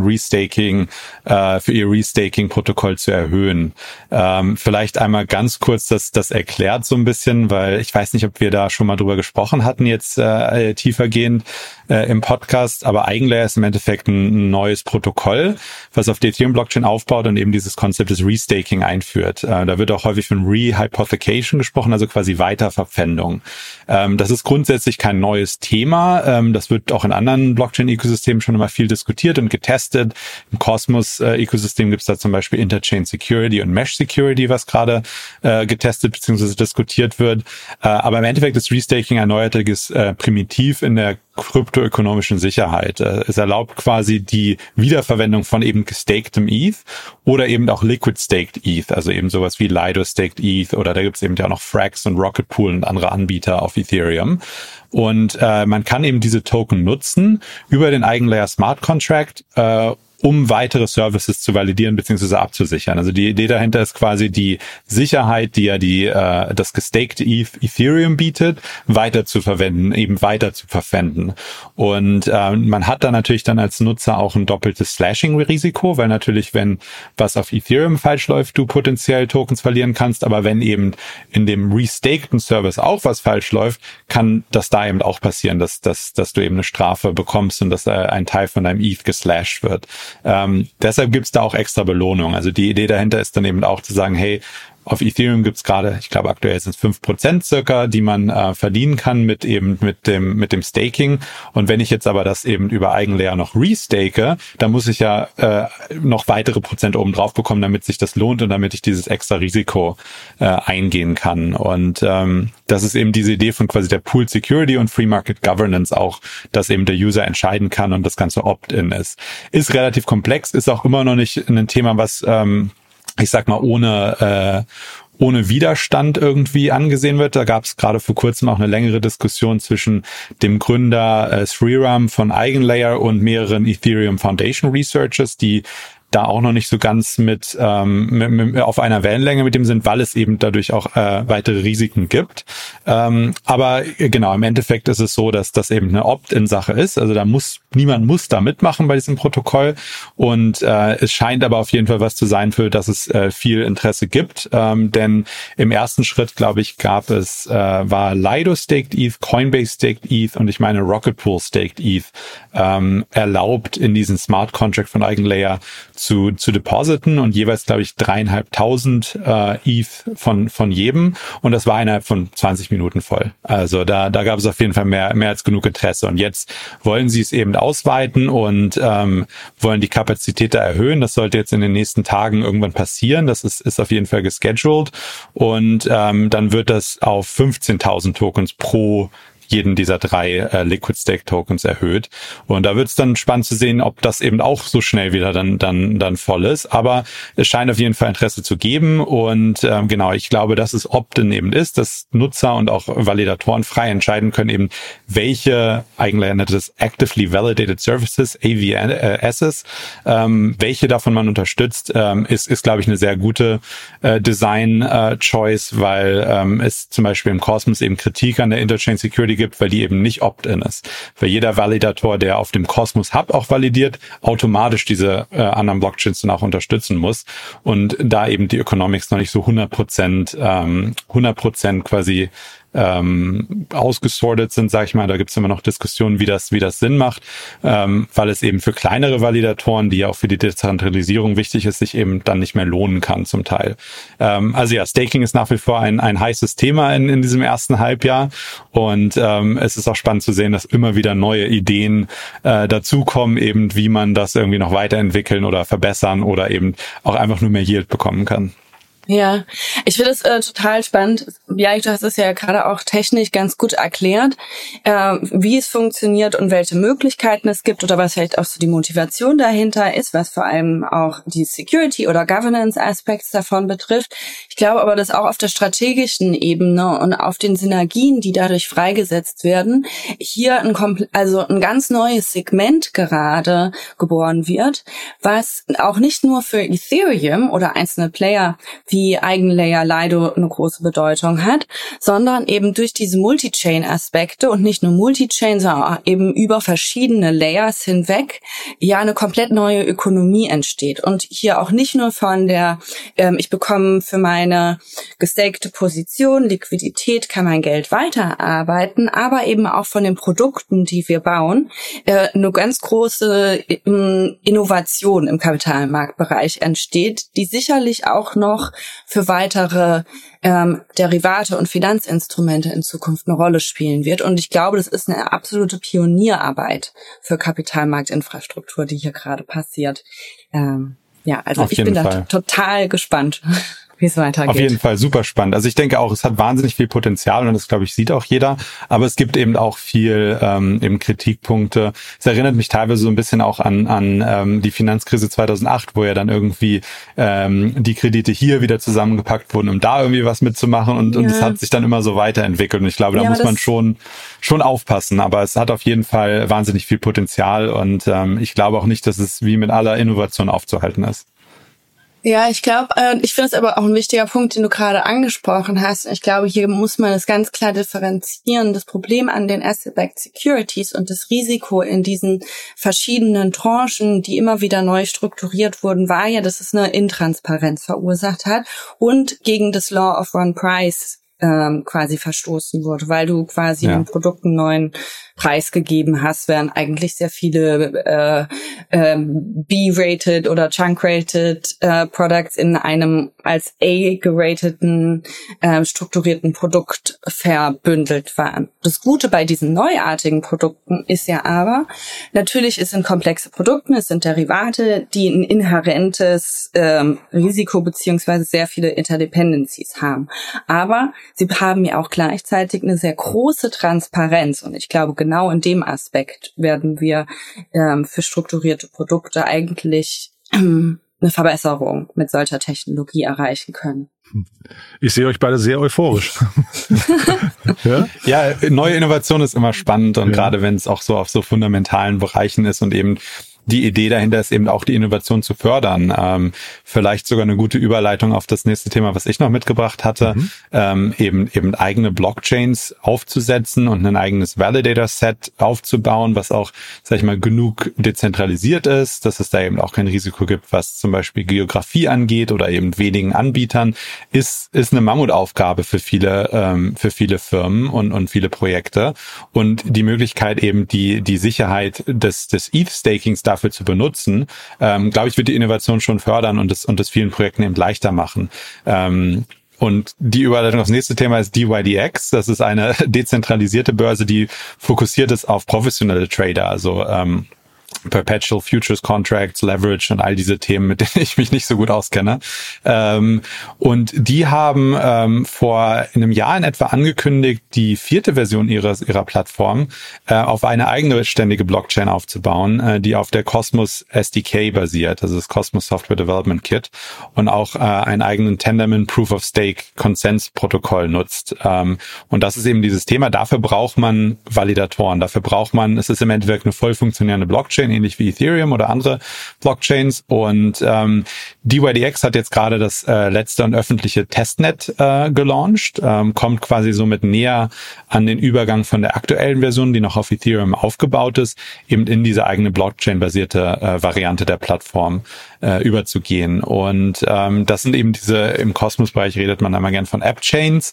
Restaking-Protokoll zu erhöhen. Vielleicht einmal ganz kurz das erklärt so ein bisschen, weil ich weiß nicht, ob wir da schon mal drüber gesprochen hatten jetzt tiefergehend im Podcast, aber Eigenlayer ist im Endeffekt ein neues Protokoll, was auf der Ethereum-Blockchain aufbaut und eben dieses Konzept des Restaking einführt. Da wird auch häufig von Rehypothecation gesprochen, also quasi Weiterverpfändung. Das ist grundsätzlich kein neues Thema. Das wird auch in anderen Blockchain-Ökosystemen schon immer viel diskutiert und getestet. Im Cosmos-Ökosystem gibt es da zum Beispiel Interchain Security und Mesh Security, was gerade getestet bzw. diskutiert wird. Aber im Endeffekt ist Restaking ein neuartiges Primitiv in der kryptoökonomischen Sicherheit. Es erlaubt quasi die Wiederverwendung von eben gestaktem ETH oder eben auch Liquid Staked ETH, also eben sowas wie Lido Staked ETH, oder da gibt es eben ja auch noch Frax und Rocket Pool und andere Anbieter auf Ethereum. Und man kann eben diese Token nutzen über den Eigenlayer Smart Contract, um weitere Services zu validieren bzw. abzusichern. Also die Idee dahinter ist quasi die Sicherheit, die ja das gestakte Ethereum bietet, weiter zu verwenden, eben weiter zu verpfänden. Und man hat da natürlich dann als Nutzer auch ein doppeltes Slashing-Risiko, weil natürlich, wenn was auf Ethereum falsch läuft, du potenziell Tokens verlieren kannst, aber wenn eben in dem restakten Service auch was falsch läuft, kann das da eben auch passieren, dass du eben eine Strafe bekommst und dass ein Teil von deinem ETH geslashed wird. Deshalb gibt's da auch extra Belohnung. Also die Idee dahinter ist dann eben auch zu sagen, hey, auf Ethereum gibt's gerade, ich glaube aktuell sind es 5% circa, die man verdienen kann mit dem Staking. Und wenn ich jetzt aber das eben über Eigenlayer noch restake, dann muss ich ja noch weitere Prozent oben drauf bekommen, damit sich das lohnt und damit ich dieses extra Risiko eingehen kann. Und das ist eben diese Idee von quasi der Pool Security und Free Market Governance auch, dass eben der User entscheiden kann und das Ganze Opt-in ist. Ist relativ komplex, ist auch immer noch nicht ein Thema, was ich sag mal, ohne Widerstand irgendwie angesehen wird. Da gab es gerade vor kurzem auch eine längere Diskussion zwischen dem Gründer Sriram von Eigenlayer und mehreren Ethereum Foundation Researchers, die da auch noch nicht so ganz mit auf einer Wellenlänge mit dem sind, weil es eben dadurch auch weitere Risiken gibt. Aber genau, im Endeffekt ist es so, dass das eben eine Opt-in-Sache ist. Also niemand muss da mitmachen bei diesem Protokoll. Und es scheint aber auf jeden Fall was zu sein, für das es viel Interesse gibt. Denn im ersten Schritt, glaube ich, war Lido Staked ETH, Coinbase Staked ETH und ich meine Rocket Pool Staked ETH erlaubt, in diesen Smart Contract von Eigenlayer zu depositen und jeweils, glaube ich, 3.500 ETH von jedem. Und das war innerhalb von 20 Minuten voll. Also da gab es auf jeden Fall mehr als genug Interesse. Und jetzt wollen sie es eben ausweiten und wollen die Kapazität da erhöhen. Das sollte jetzt in den nächsten Tagen irgendwann passieren. Das ist auf jeden Fall gescheduled. Und dann wird das auf 15.000 Tokens pro jeden dieser 3 Liquid Stake Tokens erhöht. Und da wird es dann spannend zu sehen, ob das eben auch so schnell wieder dann voll ist. Aber es scheint auf jeden Fall Interesse zu geben. Und genau, ich glaube, dass es Opt-in eben ist, dass Nutzer und auch Validatoren frei entscheiden können, eben welche, eigentlich nennt es Actively Validated Services, AVSs, welche davon man unterstützt, ist glaube ich, eine sehr gute Design-Choice, weil es zum Beispiel im Cosmos eben Kritik an der Interchain Security gibt, weil die eben nicht Opt-in ist. Weil jeder Validator, der auf dem Cosmos Hub auch validiert, automatisch diese anderen Blockchains dann auch unterstützen muss. Und da eben die Economics noch nicht so 100% quasi ausgesortet sind, sag ich mal. Da gibt's immer noch Diskussionen, wie das Sinn macht, weil es eben für kleinere Validatoren, die ja auch für die Dezentralisierung wichtig ist, sich eben dann nicht mehr lohnen kann zum Teil. Also ja, Staking ist nach wie vor ein heißes Thema in diesem ersten Halbjahr und es ist auch spannend zu sehen, dass immer wieder neue Ideen dazukommen, eben wie man das irgendwie noch weiterentwickeln oder verbessern oder eben auch einfach nur mehr Yield bekommen kann. Ja, ich finde es total spannend. Ja, du hast es ja gerade auch technisch ganz gut erklärt, wie es funktioniert und welche Möglichkeiten es gibt oder was vielleicht auch so die Motivation dahinter ist, was vor allem auch die Security- oder Governance-Aspekte davon betrifft. Ich glaube aber, dass auch auf der strategischen Ebene und auf den Synergien, die dadurch freigesetzt werden, hier ein ganz neues Segment gerade geboren wird, was auch nicht nur für Ethereum oder einzelne Player wie Eigenlayer Lido eine große Bedeutung hat, sondern eben durch diese Multi-Chain-Aspekte und nicht nur Multi-Chain, sondern auch eben über verschiedene Layers hinweg ja eine komplett neue Ökonomie entsteht. Und hier auch nicht nur von der, ich bekomme für meine gestakte Position Liquidität, kann mein Geld weiterarbeiten, aber eben auch von den Produkten, die wir bauen, eine ganz große Innovation im Kapitalmarktbereich entsteht, die sicherlich auch noch für weitere Derivate und Finanzinstrumente in Zukunft eine Rolle spielen wird. Und ich glaube, das ist eine absolute Pionierarbeit für Kapitalmarktinfrastruktur, die hier gerade passiert. Also ich bin da total gespannt, wie es weitergeht. Auf jeden Fall super spannend. Also ich denke auch, es hat wahnsinnig viel Potenzial und das, glaube ich, sieht auch jeder. Aber es gibt eben auch viel eben Kritikpunkte. Es erinnert mich teilweise so ein bisschen auch an die Finanzkrise 2008, wo ja dann irgendwie die Kredite hier wieder zusammengepackt wurden, um da irgendwie was mitzumachen. Und es hat sich dann immer so weiterentwickelt. Und ich glaube, da muss man schon aufpassen. Aber es hat auf jeden Fall wahnsinnig viel Potenzial. Und ich glaube auch nicht, dass es wie mit aller Innovation aufzuhalten ist. Ja, ich glaube, ich finde es aber auch ein wichtiger Punkt, den du gerade angesprochen hast. Ich glaube, hier muss man es ganz klar differenzieren. Das Problem an den Asset-Backed Securities und das Risiko in diesen verschiedenen Tranchen, die immer wieder neu strukturiert wurden, war ja, dass es eine Intransparenz verursacht hat und gegen das Law of One Price quasi verstoßen wurde, weil du quasi den Produkten neuen Preis gegeben hast, während eigentlich sehr viele B-rated oder Chunk-rated Products in einem als A-gerateten strukturierten Produkt verbündelt waren. Das Gute bei diesen neuartigen Produkten ist ja aber, natürlich es sind komplexe Produkte, es sind Derivate, die ein inhärentes Risiko beziehungsweise sehr viele Interdependencies haben. Aber sie haben ja auch gleichzeitig eine sehr große Transparenz und ich glaube, genau in dem Aspekt werden wir für strukturierte Produkte eigentlich eine Verbesserung mit solcher Technologie erreichen können. Ich sehe euch beide sehr euphorisch. Ja, neue Innovation ist immer spannend und gerade wenn es auch so auf so fundamentalen Bereichen ist und eben die Idee dahinter ist eben auch die Innovation zu fördern. Vielleicht sogar eine gute Überleitung auf das nächste Thema, was ich noch mitgebracht hatte, eben eigene Blockchains aufzusetzen und ein eigenes Validator-Set aufzubauen, was auch, sag ich mal, genug dezentralisiert ist, dass es da eben auch kein Risiko gibt, was zum Beispiel Geografie angeht oder eben wenigen Anbietern, ist eine Mammutaufgabe für viele Firmen und viele Projekte. Und die Möglichkeit eben die Sicherheit des ETH-Stakings dafür zu benutzen, glaube ich, wird die Innovation schon fördern und das vielen Projekten eben leichter machen. Und die Überleitung aufs nächste Thema ist DYDX. Das ist eine dezentralisierte Börse, die fokussiert ist auf professionelle Trader, also Perpetual Futures Contracts, Leverage und all diese Themen, mit denen ich mich nicht so gut auskenne. Und die haben vor einem Jahr in etwa angekündigt, die 4. Version ihrer Plattform auf eine eigene ständige Blockchain aufzubauen, die auf der Cosmos SDK basiert, also das Cosmos Software Development Kit, und auch einen eigenen Tendermint Proof of Stake Konsensprotokoll nutzt. Und das ist eben dieses Thema. Dafür braucht man Validatoren. Dafür braucht man, es ist im Endeffekt eine voll funktionierende Blockchain, ähnlich wie Ethereum oder andere Blockchains. Und DYDX hat jetzt gerade das letzte und öffentliche Testnet gelauncht, kommt quasi somit näher an den Übergang von der aktuellen Version, die noch auf Ethereum aufgebaut ist, eben in diese eigene Blockchain-basierte Variante der Plattform überzugehen. Und das sind eben diese, im Cosmos-Bereich redet man einmal gern von App-Chains.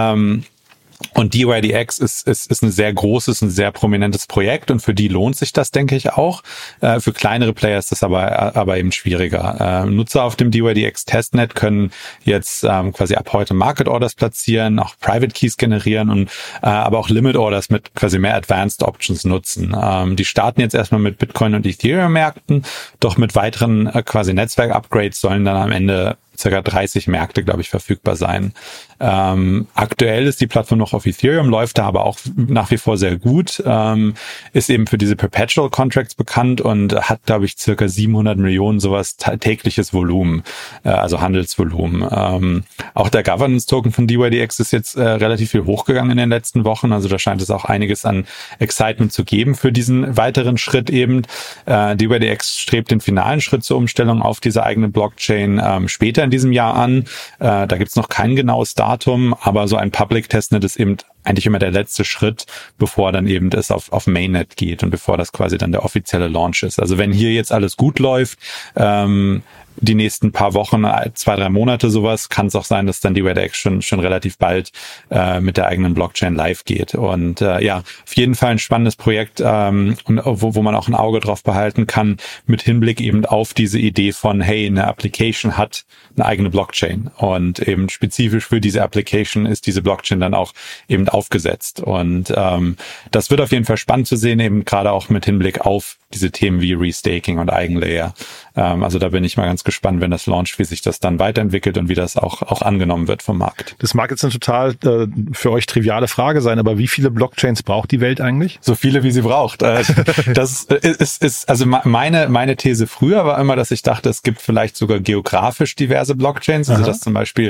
Und DYDX ist ein sehr großes, ein sehr prominentes Projekt, und für die lohnt sich das, denke ich, auch. Für kleinere Player ist das aber eben schwieriger. Nutzer auf dem DYDX Testnet können jetzt quasi ab heute Market Orders platzieren, auch Private Keys generieren und aber auch Limit Orders mit quasi mehr Advanced Options nutzen. Die starten jetzt erstmal mit Bitcoin und Ethereum Märkten, doch mit weiteren quasi Netzwerk-Upgrades sollen dann am Ende ca. 30 Märkte, glaube ich, verfügbar sein. Aktuell ist die Plattform noch auf Ethereum, läuft da aber auch nach wie vor sehr gut, ist eben für diese Perpetual Contracts bekannt und hat, glaube ich, circa 700 Millionen sowas tägliches Volumen, also Handelsvolumen. Auch der Governance-Token von DYDX ist jetzt relativ viel hochgegangen in den letzten Wochen, also da scheint es auch einiges an Excitement zu geben für diesen weiteren Schritt eben. DYDX strebt den finalen Schritt zur Umstellung auf diese eigene Blockchain später in diesem Jahr an. Da gibt's noch kein genaues Datum, aber so ein Public Testnet ist eben eigentlich immer der letzte Schritt, bevor dann eben das auf Mainnet geht und bevor das quasi dann der offizielle Launch ist. Also wenn hier jetzt alles gut läuft, die nächsten paar Wochen, 2-3 Monate sowas, kann es auch sein, dass dann die DYDX schon relativ bald mit der eigenen Blockchain live geht. Und ja, auf jeden Fall ein spannendes Projekt, und wo man auch ein Auge drauf behalten kann, mit Hinblick eben auf diese Idee von, hey, eine Application hat eine eigene Blockchain und eben spezifisch für diese Application ist diese Blockchain dann auch eben aufgesetzt. Und das wird auf jeden Fall spannend zu sehen, eben gerade auch mit Hinblick auf diese Themen wie Restaking und Eigenlayer. Also da bin ich mal ganz gespannt, wenn das launcht, wie sich das dann weiterentwickelt und wie das auch angenommen wird vom Markt. Das mag jetzt eine total für euch triviale Frage sein, aber wie viele Blockchains braucht die Welt eigentlich? So viele, wie sie braucht. Das ist also meine These früher war immer, dass ich dachte, es gibt vielleicht sogar geografisch diverse Blockchains, also dass zum Beispiel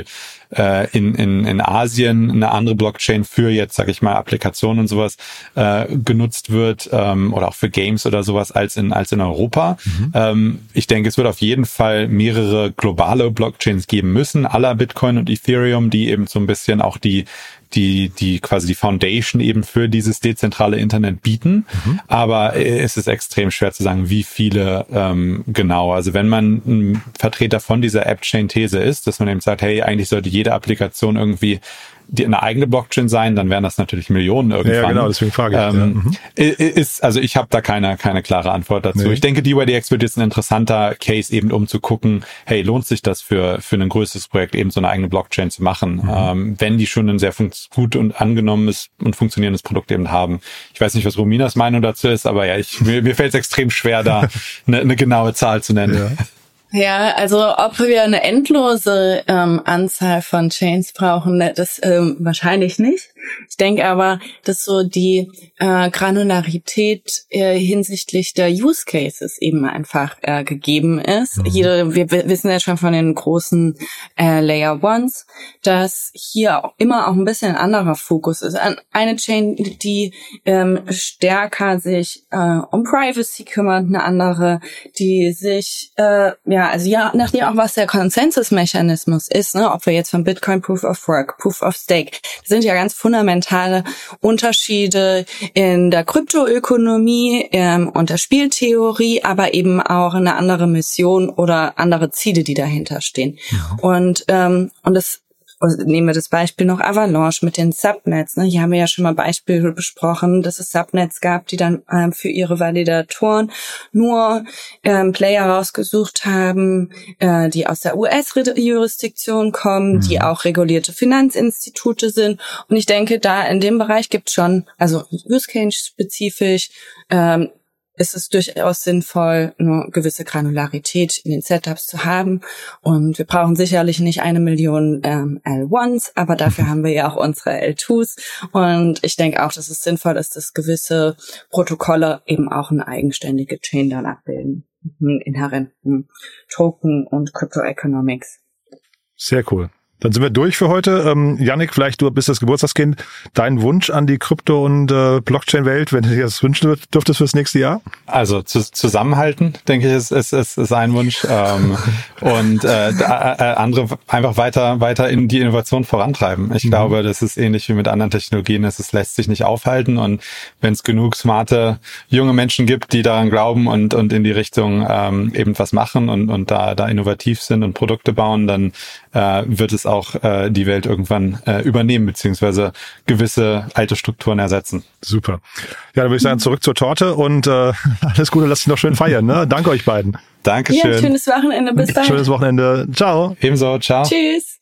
in Asien eine andere Blockchain für jetzt, sag ich mal, Applikationen und sowas genutzt wird, oder auch für Games oder sowas als in Europa. Ich denke, es wird auf jeden Fall mehrere globale Blockchains geben müssen, à la Bitcoin und Ethereum, die eben so ein bisschen auch die quasi die Foundation eben für dieses dezentrale Internet bieten. Aber es ist extrem schwer zu sagen, wie viele genau. Also wenn man ein Vertreter von dieser App-Chain-These ist, dass man eben sagt, hey, eigentlich sollte jede Applikation irgendwie eine eigene Blockchain sein, dann wären das natürlich Millionen irgendwann. Ja, genau, deswegen frage ich. Also ich habe da keine klare Antwort dazu. Nee. Ich denke, DYDX wird jetzt ein interessanter Case, eben um zu gucken, hey, lohnt sich das für ein größeres Projekt, eben so eine eigene Blockchain zu machen, wenn die schon ein sehr gut und angenommenes und funktionierendes Produkt eben haben. Ich weiß nicht, was Rominas Meinung dazu ist, aber ja, mir fällt es extrem schwer, da eine genaue Zahl zu nennen. Ja. Ja, also ob wir eine endlose Anzahl von Chains brauchen, das wahrscheinlich nicht. Ich denke aber, dass so die Granularität hinsichtlich der Use Cases eben einfach gegeben ist. Wir wissen ja schon von den großen Layer Ones, dass hier auch immer auch ein bisschen ein anderer Fokus ist. Eine Chain, die stärker sich um Privacy kümmert, eine andere, die sich nachdem auch was der Konsensusmechanismus ist, ne, ob wir jetzt von Bitcoin Proof of Work, Proof of Stake, das sind ja ganz fundamentale Unterschiede in der Kryptoökonomie und der Spieltheorie, aber eben auch eine andere Mission oder andere Ziele, die dahinter stehen. Und nehmen wir das Beispiel noch Avalanche mit den Subnets. Ne? Hier haben wir ja schon mal Beispiele besprochen, dass es Subnets gab, die dann für ihre Validatoren nur Player rausgesucht haben, die aus der US-Jurisdiktion kommen, die auch regulierte Finanzinstitute sind. Und ich denke, da in dem Bereich gibt es schon, also Use Case spezifisch, ist es durchaus sinnvoll, eine gewisse Granularität in den Setups zu haben. Und wir brauchen sicherlich nicht 1 Million L1s, aber dafür haben wir ja auch unsere L2s. Und ich denke auch, dass es sinnvoll ist, dass gewisse Protokolle eben auch eine eigenständige Chain dann abbilden. Inhärenten Token und Crypto Economics. Sehr cool. Dann sind wir durch für heute. Yannick, vielleicht du bist das Geburtstagskind. Dein Wunsch an die Krypto- und Blockchain-Welt, wenn du dir das wünschen dürftest fürs nächste Jahr? Also zusammenhalten, denke ich, ist ein Wunsch. Und andere einfach weiter in die Innovation vorantreiben. Ich glaube, das ist ähnlich wie mit anderen Technologien. Es lässt sich nicht aufhalten. Und wenn es genug smarte junge Menschen gibt, die daran glauben und in die Richtung eben was machen und da innovativ sind und Produkte bauen, dann wird es auch die Welt irgendwann übernehmen, beziehungsweise gewisse alte Strukturen ersetzen. Super. Ja, dann würde ich sagen, zurück zur Torte und alles Gute, lasst dich noch schön feiern. Ne? Danke euch beiden. Dankeschön. Ja, schönes Wochenende. Bis dahin. Schönes Wochenende. Ciao. Ebenso. Ciao. Tschüss.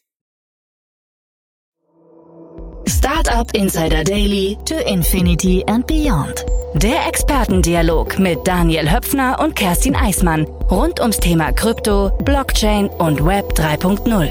Startup Insider Daily to Infinity and Beyond. Der Expertendialog mit Daniel Höpfner und Kerstin Eismann rund ums Thema Krypto, Blockchain und Web 3.0.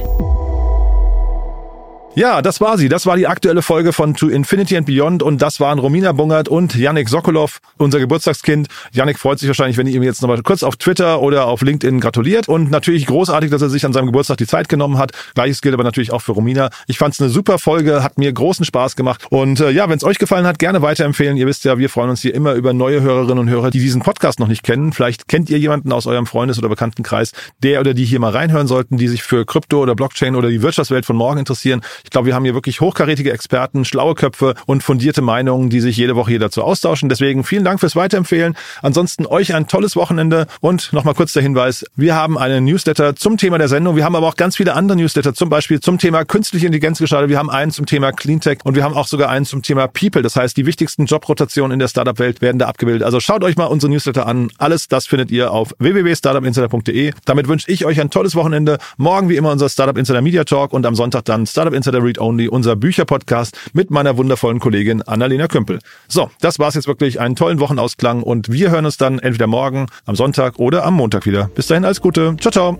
Ja, das war sie. Das war die aktuelle Folge von To Infinity and Beyond und das waren Romina Bungert und Yannick Sokolov, unser Geburtstagskind. Yannick freut sich wahrscheinlich, wenn ihr ihm jetzt nochmal kurz auf Twitter oder auf LinkedIn gratuliert und natürlich großartig, dass er sich an seinem Geburtstag die Zeit genommen hat. Gleiches gilt aber natürlich auch für Romina. Ich fand es eine super Folge, hat mir großen Spaß gemacht und ja, wenn es euch gefallen hat, gerne weiterempfehlen. Ihr wisst ja, wir freuen uns hier immer über neue Hörerinnen und Hörer, die diesen Podcast noch nicht kennen. Vielleicht kennt ihr jemanden aus eurem Freundes- oder Bekanntenkreis, der oder die hier mal reinhören sollten, die sich für Krypto oder Blockchain oder die Wirtschaftswelt von morgen interessieren. Ich glaube, wir haben hier wirklich hochkarätige Experten, schlaue Köpfe und fundierte Meinungen, die sich jede Woche hier dazu austauschen. Deswegen vielen Dank fürs Weiterempfehlen. Ansonsten euch ein tolles Wochenende und nochmal kurz der Hinweis, wir haben einen Newsletter zum Thema der Sendung. Wir haben aber auch ganz viele andere Newsletter, zum Beispiel zum Thema künstliche Intelligenz gestartet. Wir haben einen zum Thema Cleantech und wir haben auch sogar einen zum Thema People. Das heißt, die wichtigsten Jobrotationen in der Startup-Welt werden da abgebildet. Also schaut euch mal unsere Newsletter an. Alles das findet ihr auf www.startupinsider.de. Damit wünsche ich euch ein tolles Wochenende. Morgen wie immer unser Startup Insider Media Talk und am Sonntag dann Startup Insider Read Only, unser Bücherpodcast mit meiner wundervollen Kollegin Annalena Kümpel. So, das war's jetzt wirklich. Einen tollen Wochenausklang und wir hören uns dann entweder morgen, am Sonntag oder am Montag wieder. Bis dahin, alles Gute. Ciao, ciao.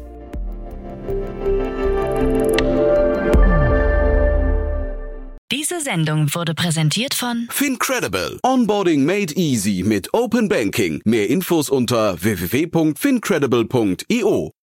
Diese Sendung wurde präsentiert von Fincredible. Onboarding made easy mit Open Banking. Mehr Infos unter www.fincredible.io.